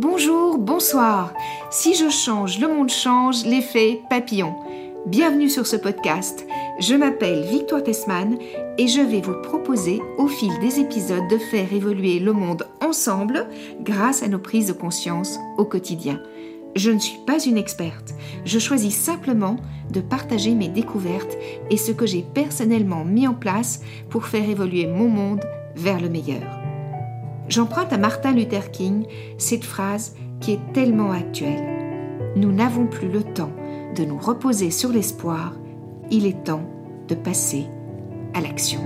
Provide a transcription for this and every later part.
Bonjour, bonsoir. Si je change, le monde change, l'effet papillon. Bienvenue sur ce podcast. Je m'appelle Victoire Tessman et je vais vous proposer au fil des épisodes de faire évoluer le monde ensemble grâce à nos prises de conscience au quotidien. Je ne suis pas une experte. Je choisis simplement de partager mes découvertes et ce que j'ai personnellement mis en place pour faire évoluer mon monde vers le meilleur. J'emprunte à Martin Luther King cette phrase qui est tellement actuelle. Nous n'avons plus le temps de nous reposer sur l'espoir. Il est temps de passer à l'action.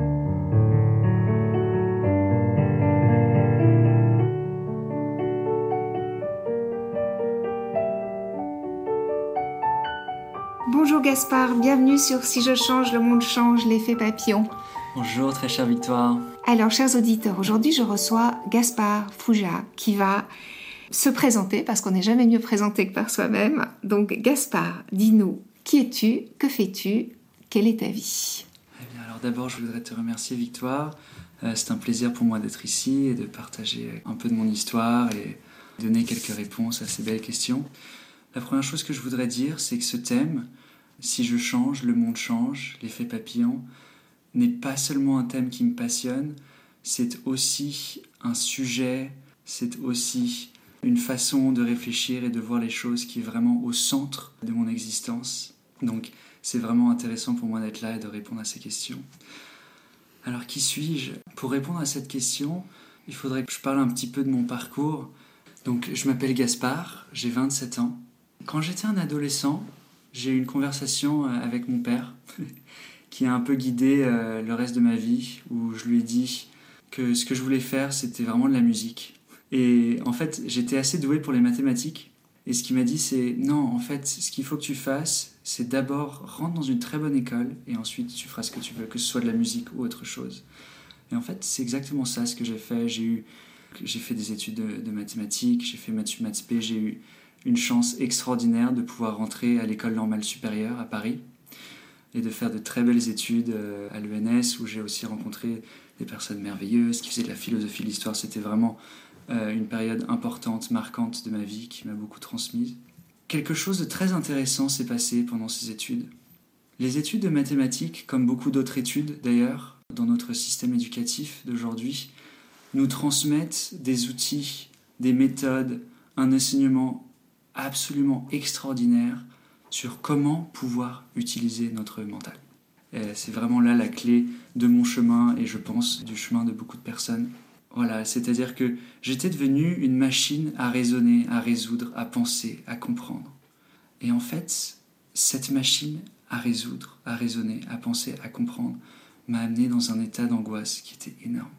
Bonjour Gaspard, bienvenue sur Si je change, le monde change, l'effet papillon. Bonjour très chère Victoire. Alors chers auditeurs, aujourd'hui je reçois Gaspard Fouja qui va se présenter parce qu'on n'est jamais mieux présenté que par soi-même. Donc Gaspard, dis-nous, qui es-tu, que fais-tu, quelle est ta vie ? Eh bien, alors d'abord je voudrais te remercier Victoire. C'est un plaisir pour moi d'être ici et de partager un peu de mon histoire et donner quelques réponses à ces belles questions. La première chose que je voudrais dire, c'est que ce thème, si je change, le monde change, l'effet papillon, n'est pas seulement un thème qui me passionne, c'est aussi un sujet, c'est aussi une façon de réfléchir et de voir les choses qui est vraiment au centre de mon existence. Donc c'est vraiment intéressant pour moi d'être là et de répondre à ces questions. Alors qui suis-je ? Pour répondre à cette question, il faudrait que je parle un petit peu de mon parcours. Donc je m'appelle Gaspard, j'ai 27 ans. Quand j'étais un adolescent, j'ai eu une conversation avec mon père qui a un peu guidé le reste de ma vie, où je lui ai dit que ce que je voulais faire, c'était vraiment de la musique. Et en fait, j'étais assez doué pour les mathématiques. Et ce qu'il m'a dit, c'est non, en fait, ce qu'il faut que tu fasses, c'est d'abord rentre dans une très bonne école, et ensuite tu feras ce que tu veux, que ce soit de la musique ou autre chose. Et en fait, c'est exactement ça ce que j'ai fait. J'ai fait des études de mathématiques, j'ai fait maths P, j'ai eu une chance extraordinaire de pouvoir rentrer à l'école normale supérieure à Paris et de faire de très belles études à l'ENS où j'ai aussi rencontré des personnes merveilleuses qui faisaient de la philosophie, de l'histoire. C'était vraiment une période importante, marquante de ma vie qui m'a beaucoup transmise. Quelque chose de très intéressant s'est passé pendant ces études. Les études de mathématiques, comme beaucoup d'autres études d'ailleurs, dans notre système éducatif d'aujourd'hui, nous transmettent des outils, des méthodes, un enseignement absolument extraordinaire sur comment pouvoir utiliser notre mental. C'est vraiment là la clé de mon chemin et je pense du chemin de beaucoup de personnes. Voilà, c'est-à-dire que j'étais devenu une machine à raisonner, à résoudre, à penser, à comprendre. Et en fait, cette machine à résoudre, à raisonner, à penser, à comprendre m'a amené dans un état d'angoisse qui était énorme.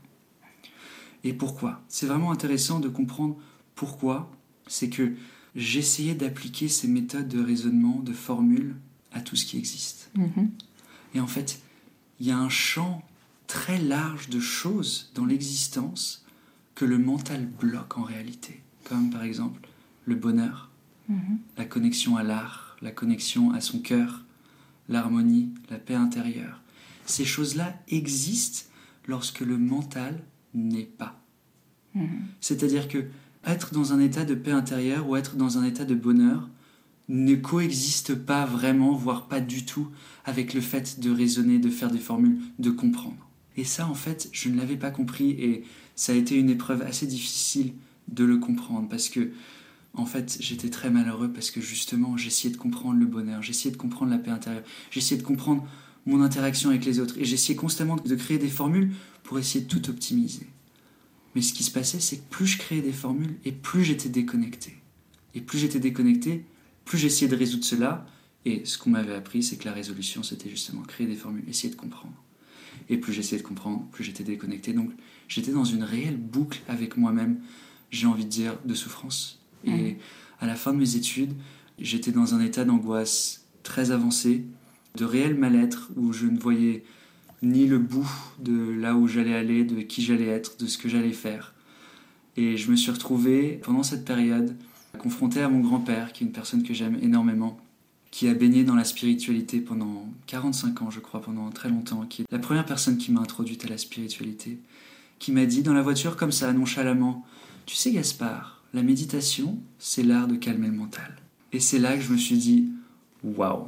Et pourquoi ? C'est vraiment intéressant de comprendre pourquoi. C'est que j'essayais d'appliquer ces méthodes de raisonnement, de formules, à tout ce qui existe. Et en fait, il y a un champ très large de choses dans l'existence que le mental bloque en réalité. Comme par exemple le bonheur, la connexion à l'art, la connexion à son cœur, l'harmonie, la paix intérieure. Ces choses-là existent lorsque le mental n'est pas. C'est-à-dire que être dans un état de paix intérieure ou être dans un état de bonheur ne coexiste pas vraiment, voire pas du tout, avec le fait de raisonner, de faire des formules, de comprendre. Et ça, en fait, je ne l'avais pas compris et ça a été une épreuve assez difficile de le comprendre parce que, en fait, j'étais très malheureux parce que justement, j'essayais de comprendre le bonheur, j'essayais de comprendre la paix intérieure, j'essayais de comprendre mon interaction avec les autres et j'essayais constamment de créer des formules pour essayer de tout optimiser. Mais ce qui se passait, c'est que plus je créais des formules et plus j'étais déconnecté. Et plus j'étais déconnecté, plus j'essayais de résoudre cela. Et ce qu'on m'avait appris, c'est que la résolution, c'était justement créer des formules, essayer de comprendre. Et plus j'essayais de comprendre, plus j'étais déconnecté. Donc j'étais dans une réelle boucle avec moi-même, j'ai envie de dire, de souffrance. Et à la fin de mes études, j'étais dans un état d'angoisse très avancé, de réel mal-être, où je ne voyais ni le bout de là où j'allais aller, de qui j'allais être, de ce que j'allais faire. Et je me suis retrouvé, pendant cette période, confronté à mon grand-père, qui est une personne que j'aime énormément, qui a baigné dans la spiritualité pendant 45 ans, je crois, pendant très longtemps, qui est la première personne qui m'a introduite à la spiritualité, qui m'a dit dans la voiture comme ça, nonchalamment, « Tu sais Gaspard, la méditation, c'est l'art de calmer le mental. Et c'est là que je me suis dit, waouh,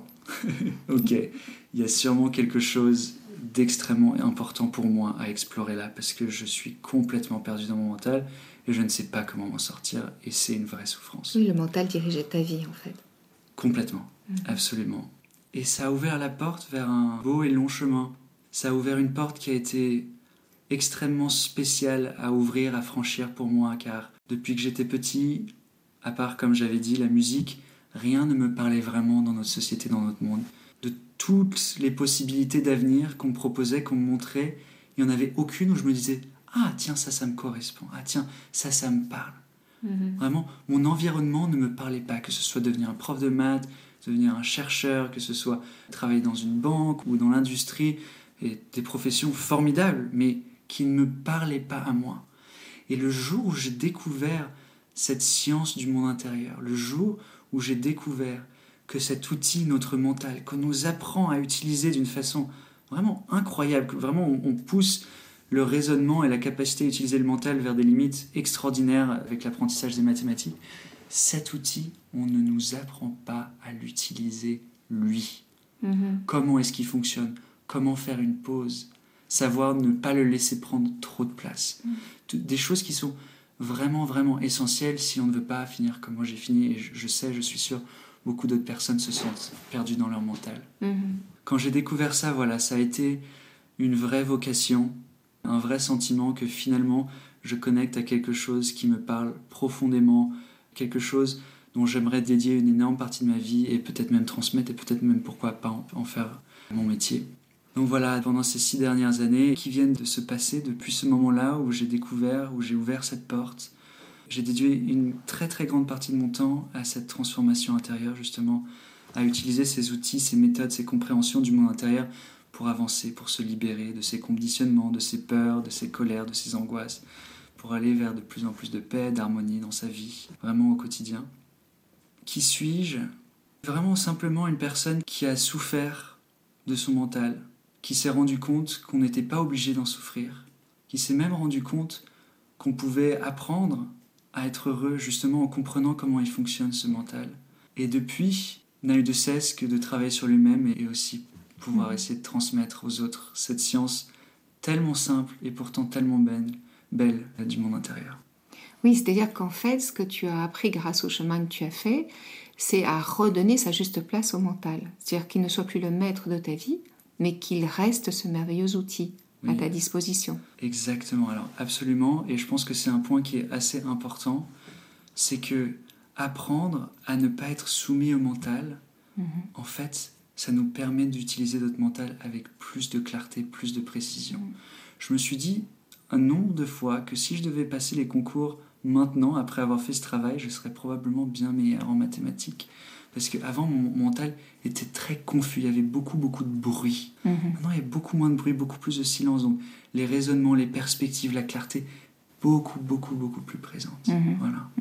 ok, il y a sûrement quelque chose d'extrêmement important pour moi à explorer là, parce que je suis complètement perdu dans mon mental et je ne sais pas comment m'en sortir, et c'est une vraie souffrance. Oui, le mental dirigeait ta vie, en fait. Complètement, absolument. Et ça a ouvert la porte vers un beau et long chemin. Ça a ouvert une porte qui a été extrêmement spéciale à ouvrir, à franchir pour moi, car depuis que j'étais petit, à part, comme j'avais dit, la musique, rien ne me parlait vraiment dans notre société, dans notre monde. De toutes les possibilités d'avenir qu'on me proposait, qu'on me montrait, il n'y en avait aucune où je me disais « Ah tiens, ça me correspond. Ah tiens, ça me parle. » Vraiment, mon environnement ne me parlait pas, que ce soit devenir un prof de maths, devenir un chercheur, que ce soit travailler dans une banque ou dans l'industrie, et des professions formidables, mais qui ne me parlaient pas à moi. Et le jour où j'ai découvert cette science du monde intérieur, le jour où j'ai découvert que cet outil, notre mental, qu'on nous apprend à utiliser d'une façon vraiment incroyable, que vraiment on pousse le raisonnement et la capacité à utiliser le mental vers des limites extraordinaires avec l'apprentissage des mathématiques, cet outil, on ne nous apprend pas à l'utiliser lui. Comment est-ce qu'il fonctionne? Comment faire une pause? Savoir ne pas le laisser prendre trop de place. Des choses qui sont vraiment, vraiment essentielles si on ne veut pas finir comme moi j'ai fini. Et je sais, je suis sûr, beaucoup d'autres personnes se sentent perdues dans leur mental. Quand j'ai découvert ça, voilà, ça a été une vraie vocation, un vrai sentiment que finalement je connecte à quelque chose qui me parle profondément, quelque chose dont j'aimerais dédier une énorme partie de ma vie et peut-être même transmettre et peut-être même pourquoi pas en faire mon métier. Donc voilà, pendant ces 6 dernières années qui viennent de se passer depuis ce moment-là où j'ai découvert, où j'ai ouvert cette porte, j'ai dédié une très très grande partie de mon temps à cette transformation intérieure justement, à utiliser ces outils, ces méthodes, ces compréhensions du monde intérieur pour avancer, pour se libérer de ces conditionnements, de ces peurs, de ces colères, de ces angoisses, pour aller vers de plus en plus de paix, d'harmonie dans sa vie, vraiment au quotidien. Qui suis-je? Vraiment simplement une personne qui a souffert de son mental, qui s'est rendu compte qu'on n'était pas obligé d'en souffrir, qui s'est même rendu compte qu'on pouvait apprendre à être heureux justement en comprenant comment il fonctionne ce mental. Et depuis, n'a eu de cesse que de travailler sur lui-même et aussi pouvoir essayer de transmettre aux autres cette science tellement simple et pourtant tellement belle du monde intérieur. Oui, c'est-à-dire qu'en fait, ce que tu as appris grâce au chemin que tu as fait, c'est à redonner sa juste place au mental. C'est-à-dire qu'il ne soit plus le maître de ta vie, mais qu'il reste ce merveilleux outil à ta disposition. Exactement, alors absolument, et je pense que c'est un point qui est assez important, c'est que apprendre à ne pas être soumis au mental, en fait, ça nous permet d'utiliser notre mental avec plus de clarté, plus de précision. Je me suis dit un nombre de fois que si je devais passer les concours maintenant, après avoir fait ce travail, je serais probablement bien meilleur en mathématiques. Parce qu'avant, mon mental était très confus, il y avait beaucoup de bruit. Maintenant, il y a beaucoup moins de bruit, beaucoup plus de silence. Donc, les raisonnements, les perspectives, la clarté, beaucoup plus présentes. Voilà.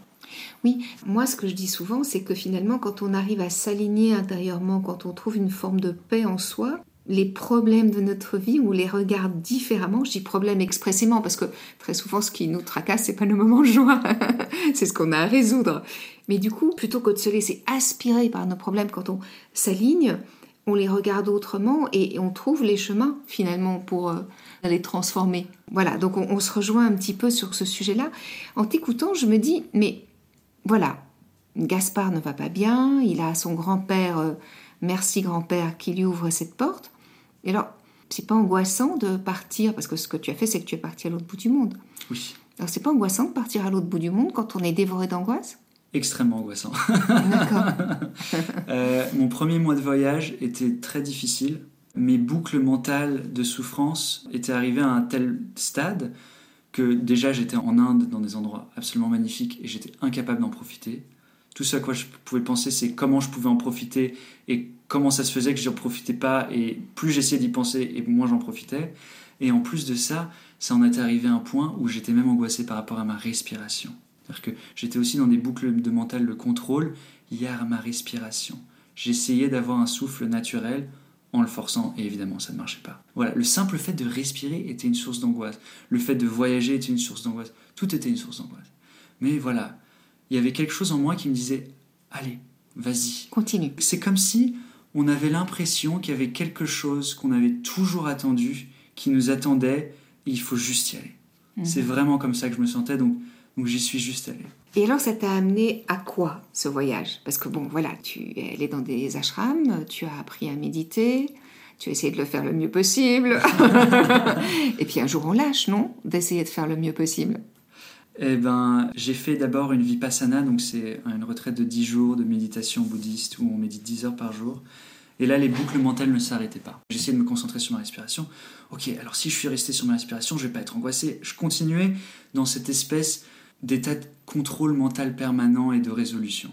Oui, moi, ce que je dis souvent, c'est que finalement, quand on arrive à s'aligner intérieurement, quand on trouve une forme de paix en soi, les problèmes de notre vie, on les regarde différemment. Je dis problème expressément parce que très souvent, ce qui nous tracasse, c'est pas le moment de joie. C'est ce qu'on a à résoudre. Mais du coup, plutôt que de se laisser aspirer par nos problèmes, quand on s'aligne, on les regarde autrement et on trouve les chemins finalement pour les transformer. Voilà, donc on se rejoint un petit peu sur ce sujet-là. En t'écoutant, je me dis, mais voilà, Gaspard ne va pas bien, il a son grand-père, merci grand-père, qui lui ouvre cette porte. Et alors, c'est pas angoissant de partir, parce que ce que tu as fait, c'est que tu es parti à l'autre bout du monde. Oui. Alors, c'est pas angoissant de partir à l'autre bout du monde quand on est dévoré d'angoisse? Extrêmement angoissant. D'accord. Mon premier mois de voyage était très difficile. Mes boucles mentales de souffrance étaient arrivées à un tel stade que déjà j'étais en Inde dans des endroits absolument magnifiques et j'étais incapable d'en profiter. Tout ce à quoi je pouvais penser, c'est comment je pouvais en profiter et comment ça se faisait que je n'en profitais pas. Et plus j'essayais d'y penser, et moins j'en profitais. Et en plus de ça, ça en était arrivé à un point où j'étais même angoissé par rapport à ma respiration. C'est-à-dire que j'étais aussi dans des boucles de mental de contrôle liées à ma respiration. J'essayais d'avoir un souffle naturel en le forçant, et évidemment, ça ne marchait pas. Voilà, le simple fait de respirer était une source d'angoisse. Le fait de voyager était une source d'angoisse. Tout était une source d'angoisse. Mais voilà, il y avait quelque chose en moi qui me disait « Allez, vas-y ». Continue. C'est comme si on avait l'impression qu'il y avait quelque chose qu'on avait toujours attendu, qui nous attendait, et il faut juste y aller. C'est vraiment comme ça que je me sentais, donc j'y suis juste allé. Et alors, ça t'a amené à quoi, ce voyage? Parce que bon, voilà, tu es allé dans des ashrams, tu as appris à méditer, tu as essayé de le faire le mieux possible. Et puis un jour, on lâche, non? D'essayer de faire le mieux possible. Eh ben, j'ai fait d'abord une vipassana, donc c'est une retraite de 10 jours de méditation bouddhiste où on médite 10 heures par jour. Et là, les boucles mentales ne s'arrêtaient pas. J'essayais de me concentrer sur ma respiration. Ok, alors si je suis resté sur ma respiration, je ne vais pas être angoissé. Je continuais dans cette espèce d'état de contrôle mental permanent et de résolution.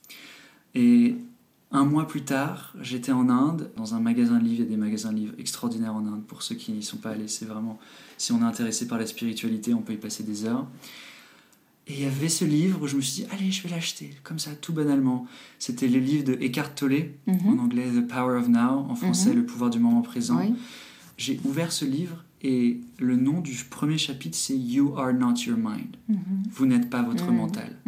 Et un mois plus tard, j'étais en Inde, dans un magasin de livres. Il y a des magasins de livres extraordinaires en Inde. Pour ceux qui n'y sont pas allés, c'est vraiment... Si on est intéressé par la spiritualité, on peut y passer des heures. Et il y avait ce livre où je me suis dit, allez, je vais l'acheter, comme ça, tout banalement. C'était le livre de Eckhart Tolle, en anglais The Power of Now, en français Le pouvoir du moment présent. Oui. J'ai ouvert ce livre et le nom du premier chapitre, c'est You are not your mind. Vous n'êtes pas votre mental.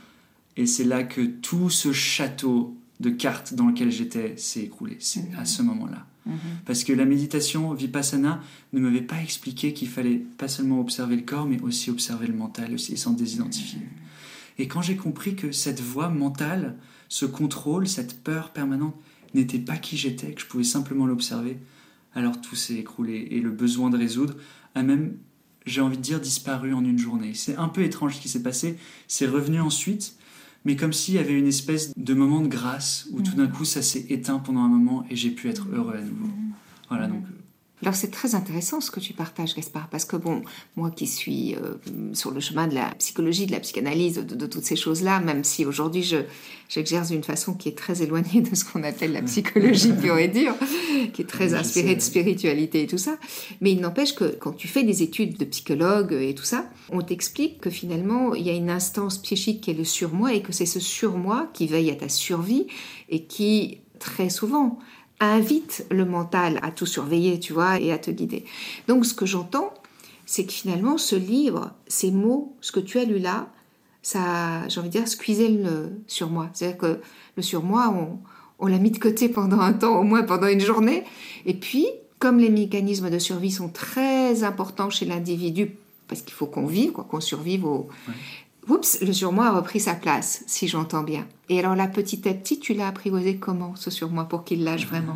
Et c'est là que tout ce château de cartes dans lequel j'étais s'est écroulé. C'est à ce moment-là. Parce que la méditation Vipassana ne m'avait pas expliqué qu'il fallait pas seulement observer le corps, mais aussi observer le mental, et s'en désidentifier. Et quand j'ai compris que cette voix mentale, ce contrôle, cette peur permanente n'était pas qui j'étais, que je pouvais simplement l'observer, alors tout s'est écroulé. Et le besoin de résoudre a même, j'ai envie de dire, disparu en une journée. C'est un peu étrange ce qui s'est passé. C'est revenu ensuite, mais comme s'il y avait une espèce de moment de grâce où tout d'un coup ça s'est éteint pendant un moment et j'ai pu être heureux à nouveau. Voilà, donc... Alors c'est très intéressant ce que tu partages, Gaspard, parce que bon, moi qui suis sur le chemin de la psychologie, de la psychanalyse, de toutes ces choses-là, même si aujourd'hui j'exerce d'une façon qui est très éloignée de ce qu'on appelle la psychologie pure et dure, qui est très inspirée de spiritualité et tout ça, mais il n'empêche que quand tu fais des études de psychologue et tout ça, on t'explique que finalement il y a une instance psychique qui est le surmoi et que c'est ce surmoi qui veille à ta survie et qui, très souvent, invite le mental à tout surveiller, tu vois, et à te guider. Donc, ce que j'entends, c'est que finalement, ce livre, ces mots, ce que tu as lu là, ça, j'ai envie de dire, squeezait le surmoi. C'est-à-dire que le surmoi, on l'a mis de côté pendant un temps, au moins pendant une journée. Et puis, comme les mécanismes de survie sont très importants chez l'individu, parce qu'il faut qu'on vive, quoi, qu'on survive au... Ouais. Oups, le surmoi a repris sa place, si j'entends bien. Et alors là, petit à petit, tu l'as apprivoisé comment, ce surmoi, pour qu'il lâche vraiment?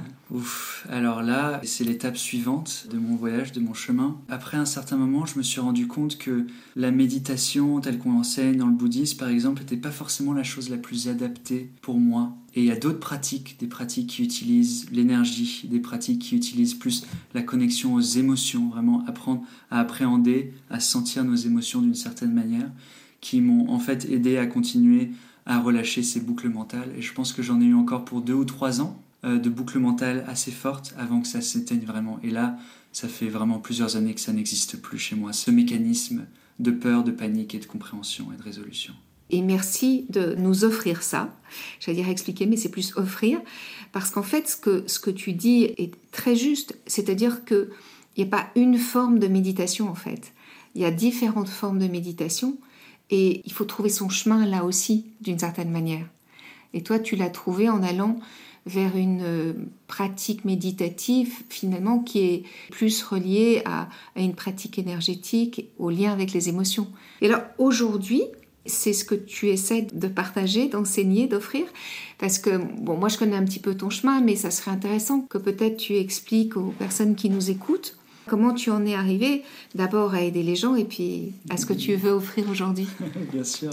Alors là, c'est l'étape suivante de mon voyage, de mon chemin. Après un certain moment, je me suis rendu compte que la méditation, telle qu'on l'enseigne dans le bouddhisme, par exemple, n'était pas forcément la chose la plus adaptée pour moi. Et il y a d'autres pratiques, des pratiques qui utilisent l'énergie, des pratiques qui utilisent plus la connexion aux émotions, vraiment apprendre à appréhender, à sentir nos émotions d'une certaine manière, qui m'ont en fait aidé à continuer à relâcher ces boucles mentales. Et je pense que j'en ai eu encore pour 2 ou 3 ans de boucles mentales assez fortes avant que ça s'éteigne vraiment. Et là, ça fait vraiment plusieurs années que ça n'existe plus chez moi, ce mécanisme de peur, de panique et de compréhension et de résolution. Et merci de nous offrir ça. J'allais dire expliquer, mais c'est plus offrir. Parce qu'en fait, ce que tu dis est très juste. C'est-à-dire qu'il n'y a pas une forme de méditation, en fait. Il y a différentes formes de méditation. Et il faut trouver son chemin là aussi, d'une certaine manière. Et toi, tu l'as trouvé en allant vers une pratique méditative, finalement, qui est plus reliée à une pratique énergétique, au lien avec les émotions. Et alors, aujourd'hui, c'est ce que tu essaies de partager, d'enseigner, d'offrir. Parce que, bon, moi, je connais un petit peu ton chemin, mais ça serait intéressant que peut-être tu expliques aux personnes qui nous écoutent comment tu en es arrivé d'abord à aider les gens et puis à ce que tu veux offrir aujourd'hui. Bien sûr.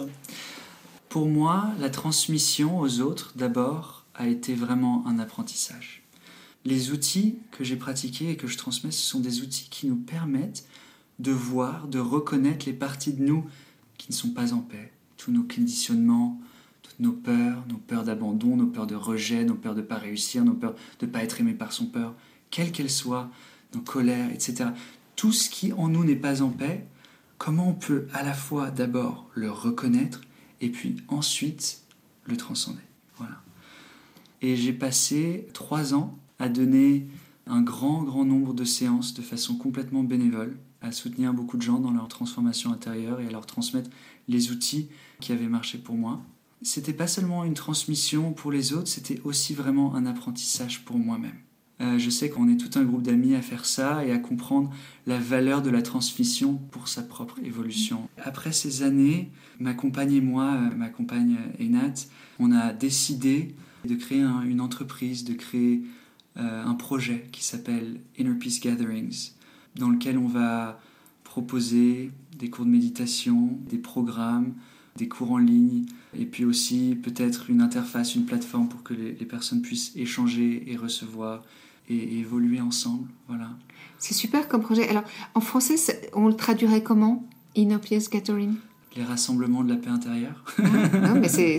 Pour moi, la transmission aux autres, d'abord, a été vraiment un apprentissage. Les outils que j'ai pratiqués et que je transmets, ce sont des outils qui nous permettent de voir, de reconnaître les parties de nous qui ne sont pas en paix. Tous nos conditionnements, toutes nos peurs d'abandon, nos peurs de rejet, nos peurs de ne pas réussir, nos peurs de ne pas être aimé par son peur, quelles qu'elles soient, nos colères, etc. Tout ce qui en nous n'est pas en paix, comment on peut à la fois d'abord le reconnaître et puis ensuite le transcender. Voilà. Et j'ai passé 3 ans à donner un grand nombre de séances de façon complètement bénévole à soutenir beaucoup de gens dans leur transformation intérieure et à leur transmettre les outils qui avaient marché pour moi. C'était pas seulement une transmission pour les autres, c'était aussi vraiment un apprentissage pour moi-même. Je sais qu'on est tout un groupe d'amis à faire ça et à comprendre la valeur de la transmission pour sa propre évolution. Après ces années, ma compagne et moi, ma compagne Einat, on a décidé de créer une entreprise, de créer un projet qui s'appelle Inner Peace Gatherings, dans lequel on va proposer des cours de méditation, des programmes, des cours en ligne, et puis aussi peut-être une interface, une plateforme pour que les personnes puissent échanger et recevoir et évoluer ensemble. Voilà. C'est super comme projet. Alors, en français, on le traduirait comment, Inner Peace Gathering? Les rassemblements de la paix intérieure. Non, mais c'est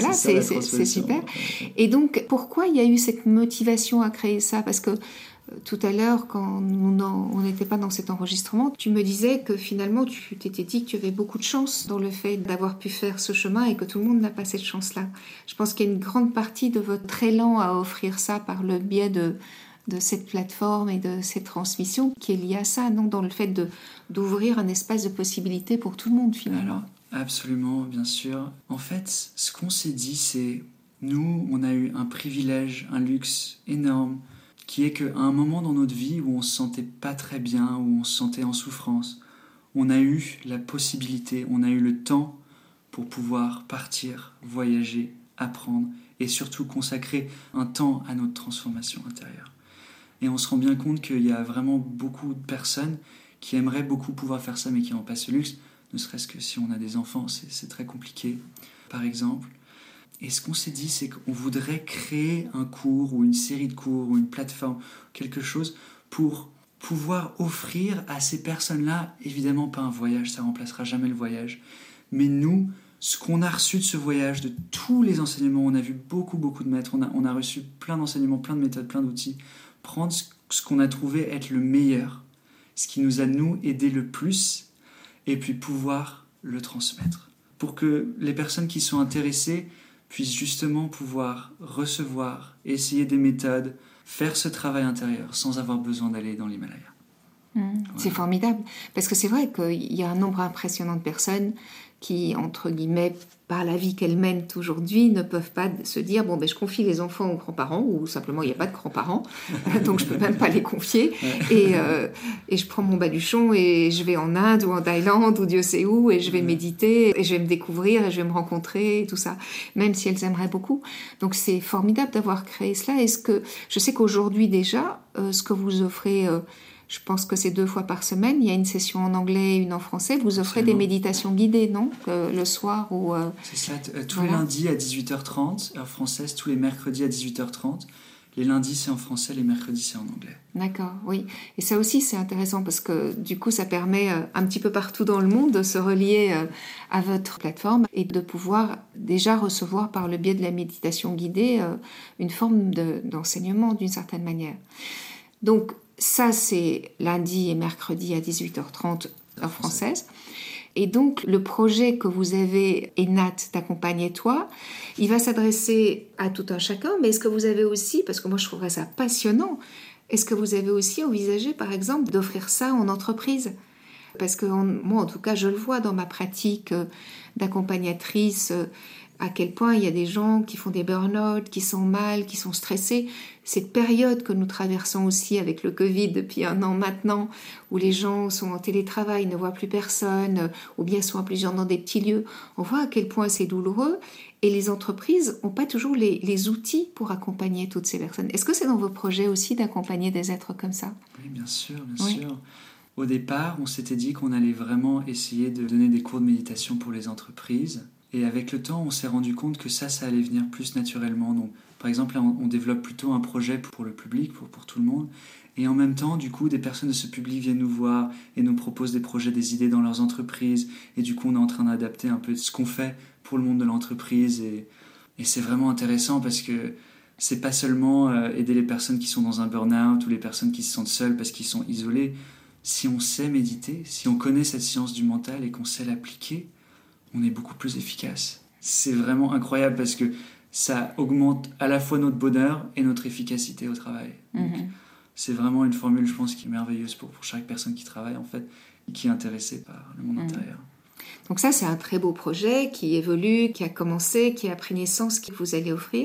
super. Et donc, pourquoi il y a eu cette motivation à créer ça? Parce que tout à l'heure, quand on n'était pas dans cet enregistrement, tu me disais que finalement, tu t'étais dit que tu avais beaucoup de chance dans le fait d'avoir pu faire ce chemin et que tout le monde n'a pas cette chance-là. Je pense qu'il y a une grande partie de votre élan à offrir ça par le biais de cette plateforme et de cette transmission qui est liée à ça, non, dans le fait d'ouvrir un espace de possibilité pour tout le monde finalement. Alors, absolument, bien sûr. En fait, ce qu'on s'est dit, c'est nous, on a eu un privilège, un luxe énorme, qui est qu'à un moment dans notre vie où on se sentait pas très bien, où on se sentait en souffrance, on a eu la possibilité, on a eu le temps pour pouvoir partir, voyager, apprendre et surtout consacrer un temps à notre transformation intérieure. Et on se rend bien compte qu'il y a vraiment beaucoup de personnes qui aimeraient beaucoup pouvoir faire ça, mais qui n'ont pas ce luxe, ne serait-ce que si on a des enfants, c'est très compliqué, par exemple. Et ce qu'on s'est dit, c'est qu'on voudrait créer un cours ou une série de cours ou une plateforme, quelque chose pour pouvoir offrir à ces personnes-là, évidemment pas un voyage, ça ne remplacera jamais le voyage, mais nous, ce qu'on a reçu de ce voyage, de tous les enseignements, on a vu beaucoup de maîtres, on a reçu plein d'enseignements, plein de méthodes, plein d'outils, prendre ce qu'on a trouvé être le meilleur, ce qui nous a, nous, aidé le plus, et puis pouvoir le transmettre. Pour que les personnes qui sont intéressées puissent justement pouvoir recevoir, essayer des méthodes, faire ce travail intérieur sans avoir besoin d'aller dans l'Himalaya. Voilà. C'est formidable, parce que c'est vrai qu'il y a un nombre impressionnant de personnes qui, entre guillemets, par la vie qu'elles mènent aujourd'hui, ne peuvent pas se dire bon, je confie les enfants aux grands-parents, ou simplement il n'y a pas de grands-parents, donc je ne peux même pas les confier, et je prends mon baluchon et je vais en Inde ou en Thaïlande ou Dieu sait où, et je vais méditer, et je vais me découvrir, et je vais me rencontrer, et tout ça, même si elles aimeraient beaucoup. Donc c'est formidable d'avoir créé cela. Je sais qu'aujourd'hui déjà, ce que vous offrez... je pense que c'est 2 fois par semaine. Il y a une session en anglais et une en français. Vous offrez Absolument. des méditations guidées, non? Le soir ou... C'est ça, tous les lundis à 18h30, heure française, tous les mercredis à 18h30. Les lundis, c'est en français, les mercredis, c'est en anglais. D'accord, oui. Et ça aussi, c'est intéressant parce que du coup, ça permet un petit peu partout dans le monde de se relier à votre plateforme et de pouvoir déjà recevoir par le biais de la méditation guidée une forme d'enseignement d'une certaine manière. Donc, ça, c'est lundi et mercredi à 18h30, heure française. Et donc, le projet que vous avez, Einat, t'accompagne et toi, il va s'adresser à tout un chacun, mais est-ce que vous avez aussi, parce que moi je trouverais ça passionnant, est-ce que vous avez aussi envisagé, par exemple, d'offrir ça en entreprise? Parce que moi, en tout cas, je le vois dans ma pratique d'accompagnatrice, à quel point il y a des gens qui font des burn-out, qui sont mal, qui sont stressés. Cette période que nous traversons aussi avec le Covid depuis 1 an maintenant, où les gens sont en télétravail, ne voient plus personne, ou bien sont plusieurs dans des petits lieux, on voit à quel point c'est douloureux. Et les entreprises n'ont pas toujours les outils pour accompagner toutes ces personnes. Est-ce que c'est dans vos projets aussi d'accompagner des êtres comme ça? Oui, bien sûr. Au départ, on s'était dit qu'on allait vraiment essayer de donner des cours de méditation pour les entreprises. Et avec le temps, on s'est rendu compte que ça allait venir plus naturellement. Donc, par exemple, là, on développe plutôt un projet pour le public, pour tout le monde. Et en même temps, du coup, des personnes de ce public viennent nous voir et nous proposent des projets, des idées dans leurs entreprises. Et du coup, on est en train d'adapter un peu ce qu'on fait pour le monde de l'entreprise. Et c'est vraiment intéressant parce que c'est pas seulement aider les personnes qui sont dans un burn-out ou les personnes qui se sentent seules parce qu'ils sont isolés. Si on sait méditer, si on connaît cette science du mental et qu'on sait l'appliquer, on est beaucoup plus efficace. C'est vraiment incroyable parce que ça augmente à la fois notre bonheur et notre efficacité au travail. Donc, c'est vraiment une formule, je pense, qui est merveilleuse pour chaque personne qui travaille, en fait, qui est intéressé par le monde intérieur. Donc ça, c'est un très beau projet qui évolue, qui a commencé, qui a pris naissance, que vous allez offrir.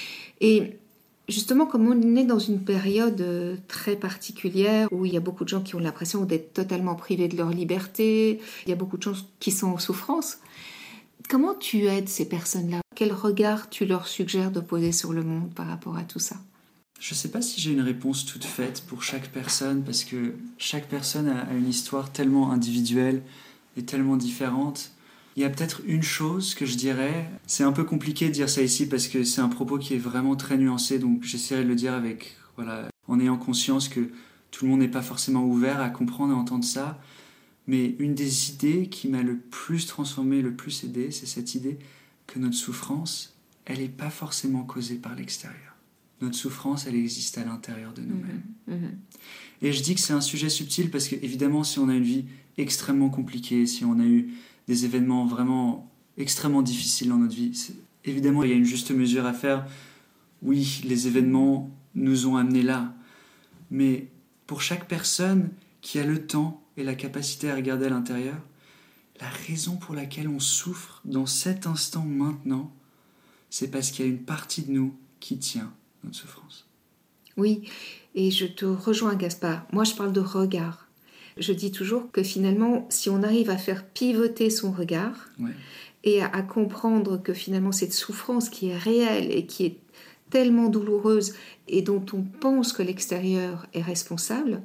Et justement, comme on est dans une période très particulière où il y a beaucoup de gens qui ont l'impression d'être totalement privés de leur liberté, il y a beaucoup de gens qui sont en souffrance, comment tu aides ces personnes-là? Quel regard tu leur suggères de poser sur le monde par rapport à tout ça? Je ne sais pas si j'ai une réponse toute faite pour chaque personne, parce que chaque personne a une histoire tellement individuelle et tellement différente. Il y a peut-être une chose que je dirais, c'est un peu compliqué de dire ça ici parce que c'est un propos qui est vraiment très nuancé, donc j'essaierai de le dire en ayant conscience que tout le monde n'est pas forcément ouvert à comprendre et entendre ça. Mais une des idées qui m'a le plus transformé, le plus aidé, c'est cette idée que notre souffrance, elle n'est pas forcément causée par l'extérieur. Notre souffrance, elle existe à l'intérieur de nous-mêmes. Et je dis que c'est un sujet subtil parce que, évidemment, si on a une vie extrêmement compliquée, si on a eu des événements vraiment extrêmement difficiles dans notre vie, évidemment, il y a une juste mesure à faire. Oui, les événements nous ont amenés là. Mais pour chaque personne qui a le temps et la capacité à regarder à l'intérieur, la raison pour laquelle on souffre dans cet instant maintenant, c'est parce qu'il y a une partie de nous qui tient notre souffrance. Oui, et je te rejoins, Gaspard. Moi, je parle de regard. Je dis toujours que finalement, si on arrive à faire pivoter son regard et à comprendre que finalement cette souffrance qui est réelle et qui est tellement douloureuse et dont on pense que l'extérieur est responsable,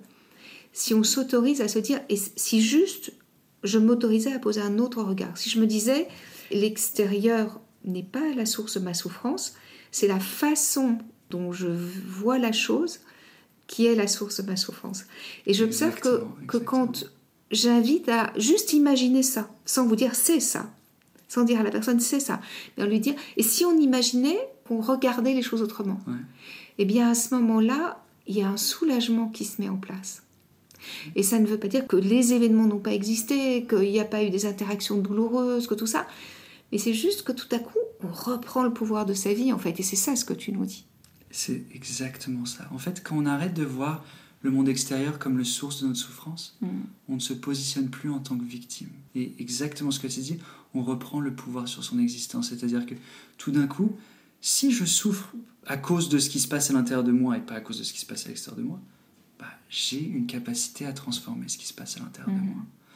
si on s'autorise à se dire, et si juste je m'autorisais à poser un autre regard, si je me disais l'extérieur n'est pas la source de ma souffrance, c'est la façon dont je vois la chose qui est la source de ma souffrance. Et j'observe que quand j'invite à juste imaginer ça, sans vous dire c'est ça, sans dire à la personne c'est ça, mais lui dire, et si on imaginait qu'on regardait les choses autrement, eh bien à ce moment-là, il y a un soulagement qui se met en place. Et ça ne veut pas dire que les événements n'ont pas existé, qu'il n'y a pas eu des interactions douloureuses, que tout ça, mais c'est juste que tout à coup, on reprend le pouvoir de sa vie, en fait, et c'est ça ce que tu nous dis. C'est exactement ça. En fait, quand on arrête de voir le monde extérieur comme le source de notre souffrance, on ne se positionne plus en tant que victime. Et exactement ce que tu dis, on reprend le pouvoir sur son existence. C'est-à-dire que tout d'un coup, si je souffre à cause de ce qui se passe à l'intérieur de moi et pas à cause de ce qui se passe à l'extérieur de moi, j'ai une capacité à transformer ce qui se passe à l'intérieur de moi.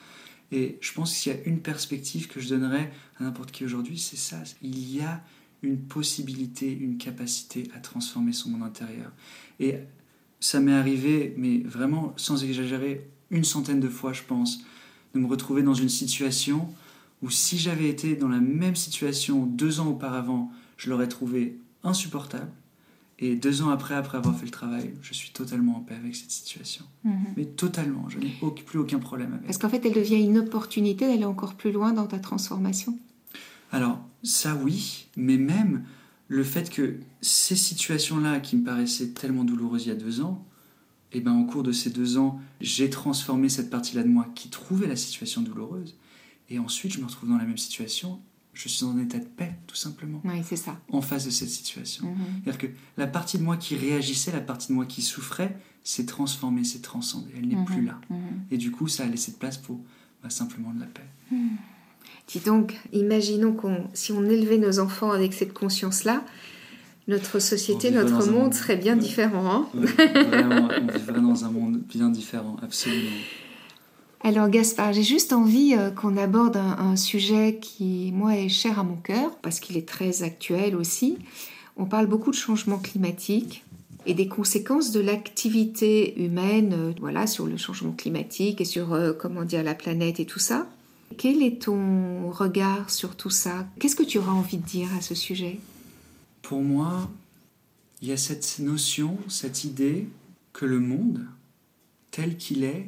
Et je pense qu'il y a une perspective que je donnerais à n'importe qui aujourd'hui, c'est ça. Il y a une possibilité, une capacité à transformer son monde intérieur. Et ça m'est arrivé, mais vraiment sans exagérer, 100 de fois, je pense, de me retrouver dans une situation où si j'avais été dans la même situation 2 ans auparavant, je l'aurais trouvé insupportable. Et 2 ans après avoir fait le travail, je suis totalement en paix avec cette situation. Mais totalement, je n'ai plus aucun problème avec. Parce qu'en fait, elle devient une opportunité d'aller encore plus loin dans ta transformation. Alors, ça oui, mais même le fait que ces situations-là qui me paraissaient tellement douloureuses il y a 2 ans, et ben, au cours de ces 2 ans, j'ai transformé cette partie-là de moi qui trouvait la situation douloureuse. Et ensuite, je me retrouve dans la même situation. Je suis en état de paix, tout simplement. Oui, c'est ça. En face de cette situation. C'est-à-dire que la partie de moi qui réagissait, la partie de moi qui souffrait, s'est transformée, s'est transcendée. Elle n'est plus là. Et du coup, ça a laissé de place pour simplement de la paix. Dis donc, imaginons si on élevait nos enfants avec cette conscience-là, notre société, notre monde serait bien différent. Hein vraiment, on vivrait dans un monde bien différent, absolument. Alors Gaspard, j'ai juste envie qu'on aborde un sujet qui, moi, est cher à mon cœur, parce qu'il est très actuel aussi. On parle beaucoup de changement climatique et des conséquences de l'activité humaine sur le changement climatique et sur la planète et tout ça. Quel est ton regard sur tout ça? Qu'est-ce que tu auras envie de dire à ce sujet? Pour moi, il y a cette notion, cette idée que le monde, tel qu'il est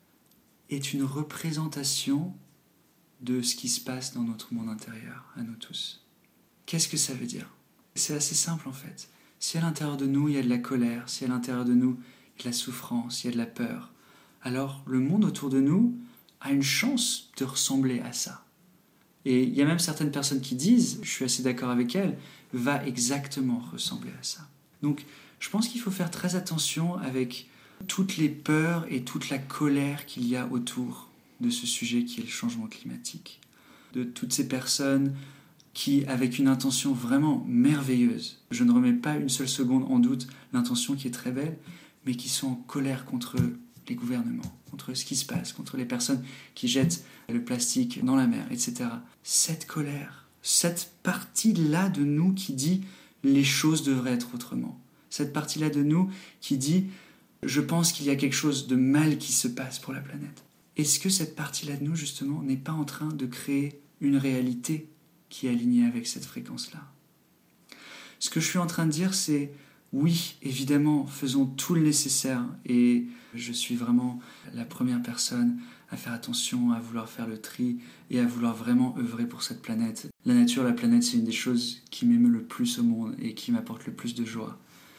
une représentation de ce qui se passe dans notre monde intérieur, à nous tous. Qu'est-ce que ça veut dire? C'est assez simple en fait. Si à l'intérieur de nous il y a de la colère, si à l'intérieur de nous il y a de la souffrance, il y a de la peur, alors le monde autour de nous a une chance de ressembler à ça. Et il y a même certaines personnes qui disent, je suis assez d'accord avec elles, va exactement ressembler à ça. Donc je pense qu'il faut faire très attention avec toutes les peurs et toute la colère qu'il y a autour de ce sujet qui est le changement climatique, de toutes ces personnes qui, avec une intention vraiment merveilleuse, je ne remets pas une seule seconde en doute l'intention qui est très belle, mais qui sont en colère contre les gouvernements, contre ce qui se passe, contre les personnes qui jettent le plastique dans la mer, etc. Cette colère, cette partie-là de nous qui dit « les choses devraient être autrement », cette partie-là de nous qui dit « je pense qu'il y a quelque chose de mal qui se passe pour la planète ». Est-ce que cette partie-là de nous, justement, n'est pas en train de créer une réalité qui est alignée avec cette fréquence-là? Ce que je suis en train de dire, c'est oui, évidemment, faisons tout le nécessaire, et je suis vraiment la première personne à faire attention, à vouloir faire le tri et à vouloir vraiment œuvrer pour cette planète. La nature, la planète, c'est une des choses qui m'émeut le plus au monde et qui m'apporte le plus de joie.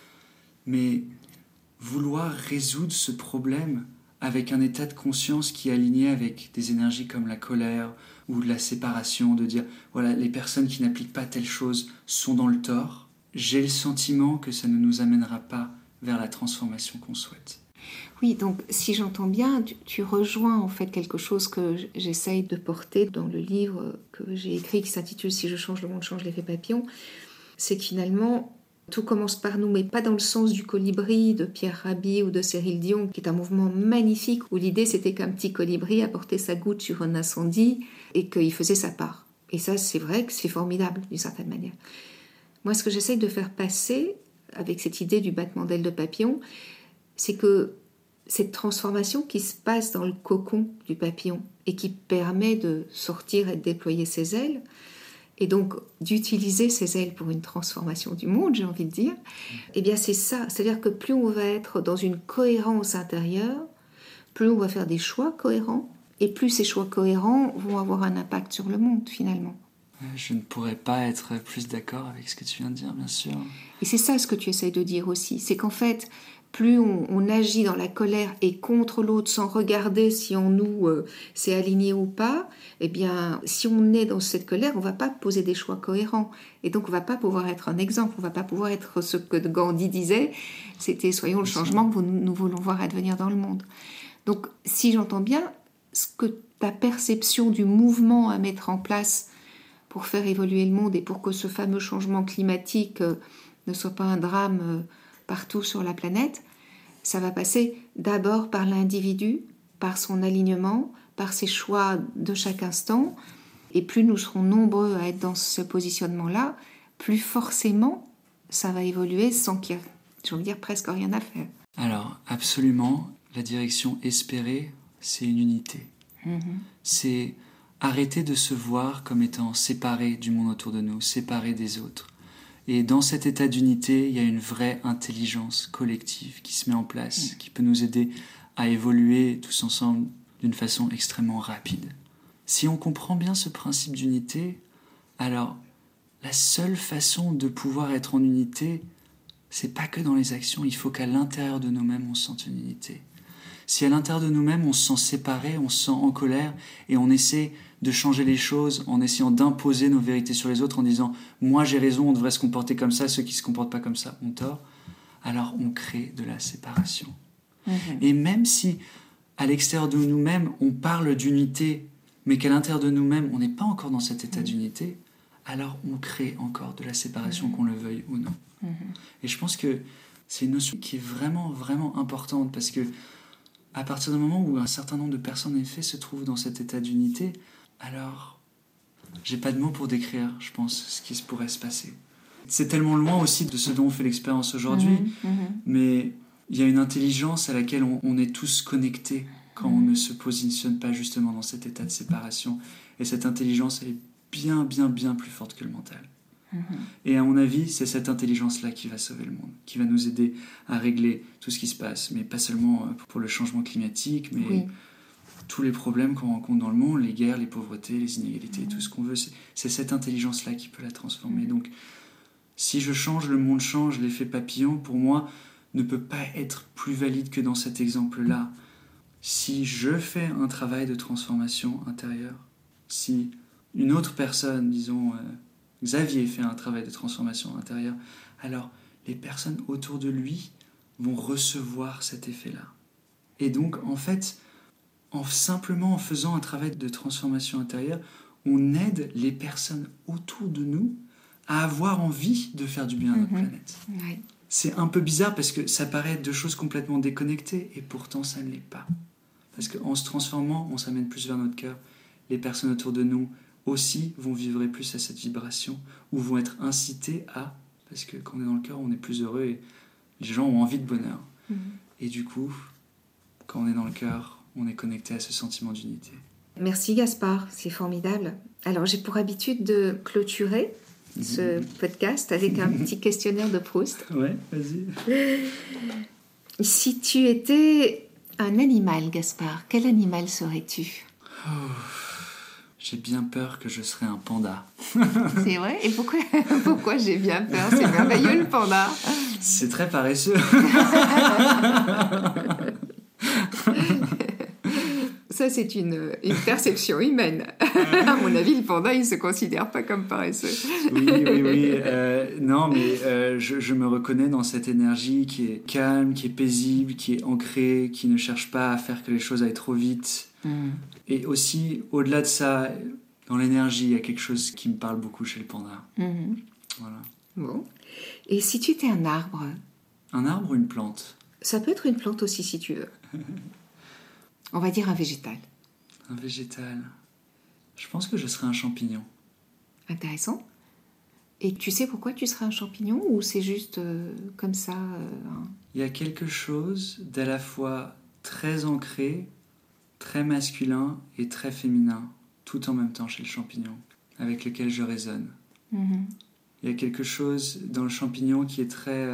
Mais vouloir résoudre ce problème avec un état de conscience qui est aligné avec des énergies comme la colère ou la séparation, de dire voilà, les personnes qui n'appliquent pas telle chose sont dans le tort, j'ai le sentiment que ça ne nous amènera pas vers la transformation qu'on souhaite. Oui, donc si j'entends bien, tu rejoins en fait quelque chose que j'essaye de porter dans le livre que j'ai écrit qui s'intitule « Si je change, le monde change, l'effet papillon », c'est que finalement, tout commence par nous, mais pas dans le sens du colibri de Pierre Rabhi ou de Cyril Dion, qui est un mouvement magnifique où l'idée c'était qu'un petit colibri apportait sa goutte sur un incendie et qu'il faisait sa part. Et ça, c'est vrai que c'est formidable d'une certaine manière. Moi, ce que j'essaye de faire passer avec cette idée du battement d'ailes de papillon, c'est que cette transformation qui se passe dans le cocon du papillon et qui permet de sortir et de déployer ses ailes, et donc d'utiliser ses ailes pour une transformation du monde, j'ai envie de dire, eh bien c'est ça. C'est-à-dire que plus on va être dans une cohérence intérieure, plus on va faire des choix cohérents, et plus ces choix cohérents vont avoir un impact sur le monde, finalement. Je ne pourrais pas être plus d'accord avec ce que tu viens de dire, bien sûr. Et c'est ça ce que tu essayes de dire aussi, c'est qu'en fait, plus on agit dans la colère et contre l'autre sans regarder si en nous c'est aligné ou pas, eh bien, si on est dans cette colère, on ne va pas poser des choix cohérents. Et donc, on ne va pas pouvoir être un exemple, on ne va pas pouvoir être ce que Gandhi disait, c'était « soyons le changement que nous voulons voir advenir dans le monde ». Donc, si j'entends bien, ce que ta perception du mouvement à mettre en place pour faire évoluer le monde et pour que ce fameux changement climatique ne soit pas un drame partout sur la planète, ça va passer d'abord par l'individu, par son alignement, par ses choix de chaque instant. Et plus nous serons nombreux à être dans ce positionnement-là, plus forcément ça va évoluer sans qu'il y ait, j'ai envie de dire, presque rien à faire. Alors, absolument, la direction espérée, c'est une unité. C'est arrêter de se voir comme étant séparés du monde autour de nous, séparés des autres. Et dans cet état d'unité, il y a une vraie intelligence collective qui se met en place, qui peut nous aider à évoluer tous ensemble d'une façon extrêmement rapide. Si on comprend bien ce principe d'unité, alors la seule façon de pouvoir être en unité, c'est pas que dans les actions, il faut qu'à l'intérieur de nous-mêmes on sente une unité. Si à l'intérieur de nous-mêmes on se sent séparé, on se sent en colère et on essaie de changer les choses en essayant d'imposer nos vérités sur les autres en disant « moi j'ai raison, on devrait se comporter comme ça, ceux qui ne se comportent pas comme ça ont tort », alors on crée de la séparation. Et même si à l'extérieur de nous-mêmes on parle d'unité, mais qu'à l'intérieur de nous-mêmes on n'est pas encore dans cet état d'unité, alors on crée encore de la séparation, qu'on le veuille ou non. Et je pense que c'est une notion qui est vraiment, vraiment importante parce que à partir du moment où un certain nombre de personnes en effet se trouvent dans cet état d'unité, alors j'ai pas de mots pour décrire, je pense, ce qui pourrait se passer. C'est tellement loin aussi de ce dont on fait l'expérience aujourd'hui, mais il y a une intelligence à laquelle on est tous connectés quand on ne se positionne pas justement dans cet état de séparation. Et cette intelligence, elle est bien, bien, bien plus forte que le mental. Et à mon avis, c'est cette intelligence-là qui va sauver le monde, qui va nous aider à régler tout ce qui se passe, mais pas seulement pour le changement climatique, mais tous les problèmes qu'on rencontre dans le monde, les guerres, les pauvretés, les inégalités, tout ce qu'on veut, c'est cette intelligence-là qui peut la transformer. Donc, si je change, le monde change, l'effet papillon, pour moi, ne peut pas être plus valide que dans cet exemple-là. Si je fais un travail de transformation intérieure, si une autre personne, disons Xavier fait un travail de transformation intérieure, alors les personnes autour de lui vont recevoir cet effet-là. Et donc, en fait, simplement en faisant un travail de transformation intérieure, on aide les personnes autour de nous à avoir envie de faire du bien à notre planète. Ouais. C'est un peu bizarre parce que ça paraît deux choses complètement déconnectées et pourtant ça ne l'est pas. Parce qu'en se transformant, on s'amène plus vers notre cœur. Les personnes autour de nous aussi vont vibrer plus à cette vibration ou vont être incitées à... Parce que quand on est dans le cœur, on est plus heureux et les gens ont envie de bonheur. Et du coup, quand on est dans le cœur, on est connecté à ce sentiment d'unité. Merci Gaspard, c'est formidable. Alors j'ai pour habitude de clôturer ce podcast avec un petit questionnaire de Proust. Ouais, vas-y. Si tu étais un animal, Gaspard, quel animal serais-tu ? J'ai bien peur que je serais un panda. C'est vrai ? Et pourquoi j'ai bien peur ? C'est merveilleux le panda. C'est très paresseux. Ça, c'est une perception humaine. À mon avis, le panda, il ne se considère pas comme paresseux. Oui. Non, mais je me reconnais dans cette énergie qui est calme, qui est paisible, qui est ancrée, qui ne cherche pas à faire que les choses aillent trop vite. Et aussi, au-delà de ça, dans l'énergie, il y a quelque chose qui me parle beaucoup chez le panda. Voilà. Bon. Et si tu étais un arbre ? Un arbre ou une plante ? Ça peut être une plante aussi, si tu veux. On va dire un végétal. Un végétal. Je pense que je serais un champignon. Intéressant. Et tu sais pourquoi tu serais un champignon ou c'est juste comme ça Il y a quelque chose d'à la fois très ancré, très masculin et très féminin, tout en même temps chez le champignon, avec lequel je résonne. Il y a quelque chose dans le champignon qui est très...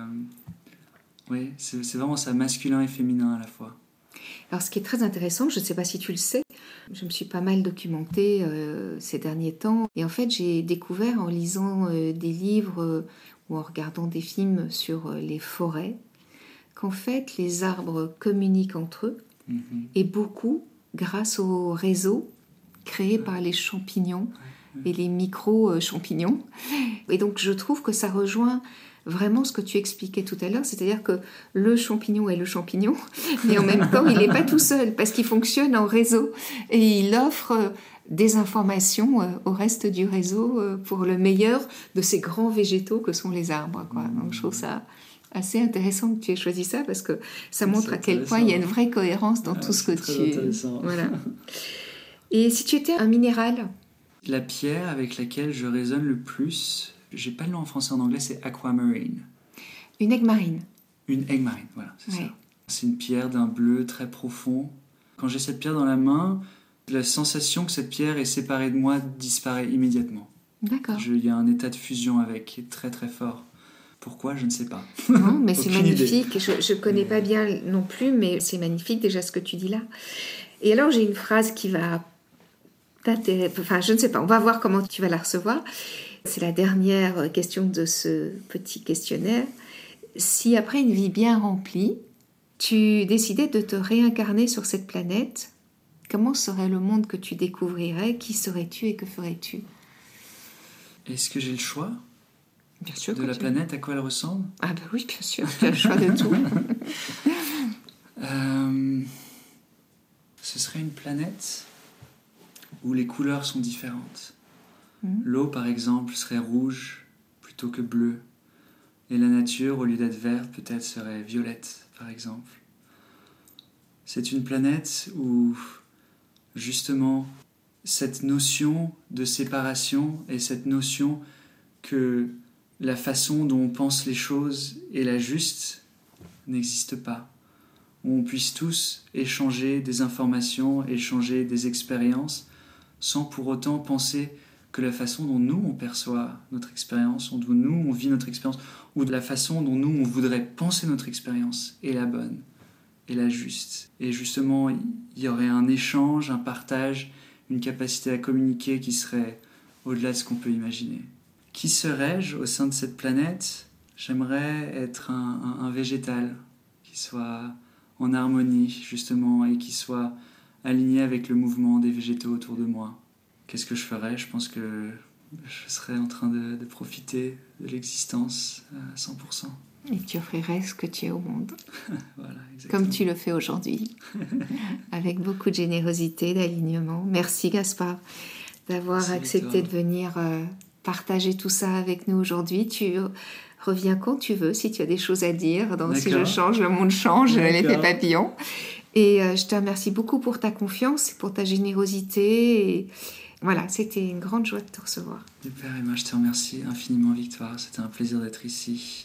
Oui, c'est vraiment ça, masculin et féminin à la fois. Alors, ce qui est très intéressant, je ne sais pas si tu le sais, je me suis pas mal documentée ces derniers temps. Et en fait, j'ai découvert en lisant des livres ou en regardant des films sur les forêts qu'en fait, les arbres communiquent entre eux et beaucoup grâce au réseau créé par les champignons et les micro-champignons. Et donc, je trouve que ça rejoint vraiment ce que tu expliquais tout à l'heure, c'est-à-dire que le champignon est le champignon, mais en même temps, il n'est pas tout seul, parce qu'il fonctionne en réseau, et il offre des informations au reste du réseau pour le meilleur de ces grands végétaux que sont les arbres, quoi. Donc je trouve ça assez intéressant que tu aies choisi ça, parce que ça montre à quel point il y a une vraie cohérence dans tout ce que tu... Voilà. Et si tu étais un minéral ? La pierre avec laquelle je résonne le plus... J'ai pas le nom en français, en anglais, c'est aquamarine. Une aigue marine. Une aigue marine, voilà, c'est ça. C'est une pierre d'un bleu très profond. Quand j'ai cette pierre dans la main, la sensation que cette pierre est séparée de moi disparaît immédiatement. D'accord. Il y a un état de fusion avec qui est très très fort. Pourquoi ? Je ne sais pas. Non, mais c'est magnifique. Je ne connais pas bien non plus, mais c'est magnifique déjà ce que tu dis là. Et alors, j'ai une phrase qui va t'intéresser. Enfin, je ne sais pas, on va voir comment tu vas la recevoir. C'est la dernière question de ce petit questionnaire. Si après une vie bien remplie, tu décidais de te réincarner sur cette planète, comment serait le monde que tu découvrirais ? Qui serais-tu et que ferais-tu ? Est-ce que j'ai le choix ? Bien sûr. De la planète, à quoi elle ressemble ? Ah ben oui, bien sûr, tu as le choix de tout. Ce serait une planète où les couleurs sont différentes. L'eau, par exemple, serait rouge plutôt que bleue. Et la nature, au lieu d'être verte, peut-être serait violette, par exemple. C'est une planète où, justement, cette notion de séparation et cette notion que la façon dont on pense les choses est la juste n'existe pas. Où on puisse tous échanger des informations, échanger des expériences, sans pour autant penser que la façon dont nous on perçoit notre expérience, dont nous on vit notre expérience, ou de la façon dont nous on voudrait penser notre expérience est la bonne, est la juste. Et justement, il y aurait un échange, un partage, une capacité à communiquer qui serait au-delà de ce qu'on peut imaginer. Qui serais-je au sein de cette planète ? J'aimerais être un végétal qui soit en harmonie justement et qui soit aligné avec le mouvement des végétaux autour de moi. Qu'est-ce que je ferais ? Je pense que je serais en train de profiter de l'existence à 100%. Et tu offrirais ce que tu es au monde. Voilà, exactement. Comme tu le fais aujourd'hui, avec beaucoup de générosité, d'alignement. Merci Gaspard d'avoir accepté de venir partager tout ça avec nous aujourd'hui. Tu reviens quand tu veux, si tu as des choses à dire. Dans Si je change, le monde change, l'effet papillon. Et je te remercie beaucoup pour ta confiance, pour ta générosité. Et voilà, c'était une grande joie de te recevoir. Super, et moi je te remercie infiniment, Victoire. C'était un plaisir d'être ici.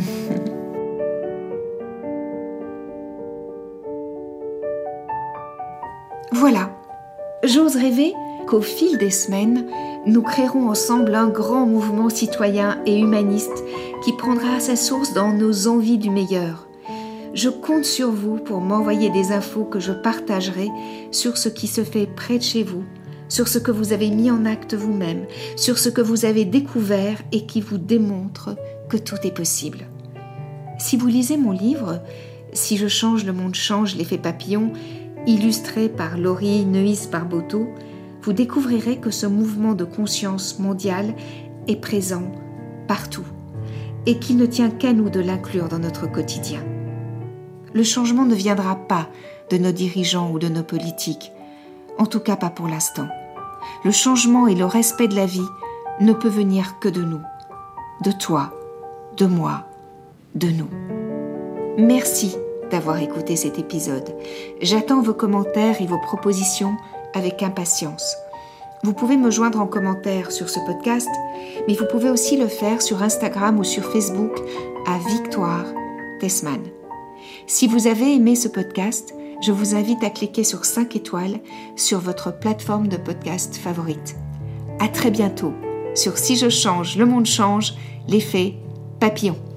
Voilà, j'ose rêver qu'au fil des semaines, nous créerons ensemble un grand mouvement citoyen et humaniste qui prendra sa source dans nos envies du meilleur. Je compte sur vous pour m'envoyer des infos que je partagerai sur ce qui se fait près de chez vous, sur ce que vous avez mis en acte vous-même, sur ce que vous avez découvert et qui vous démontre que tout est possible. Si vous lisez mon livre « Si je change, le monde change, l'effet papillon », illustré par Laurie Neuis-Barboteau, vous découvrirez que ce mouvement de conscience mondiale est présent partout et qu'il ne tient qu'à nous de l'inclure dans notre quotidien. Le changement ne viendra pas de nos dirigeants ou de nos politiques, en tout cas pas pour l'instant. Le changement et le respect de la vie ne peut venir que de nous, de toi, de moi, de nous. Merci d'avoir écouté cet épisode. J'attends vos commentaires et vos propositions avec impatience. Vous pouvez me joindre en commentaire sur ce podcast, mais vous pouvez aussi le faire sur Instagram ou sur Facebook à Victoire Tessman. Si vous avez aimé ce podcast, je vous invite à cliquer sur 5 étoiles sur votre plateforme de podcast favorite. À très bientôt sur Si je change, le monde change, l'effet papillon.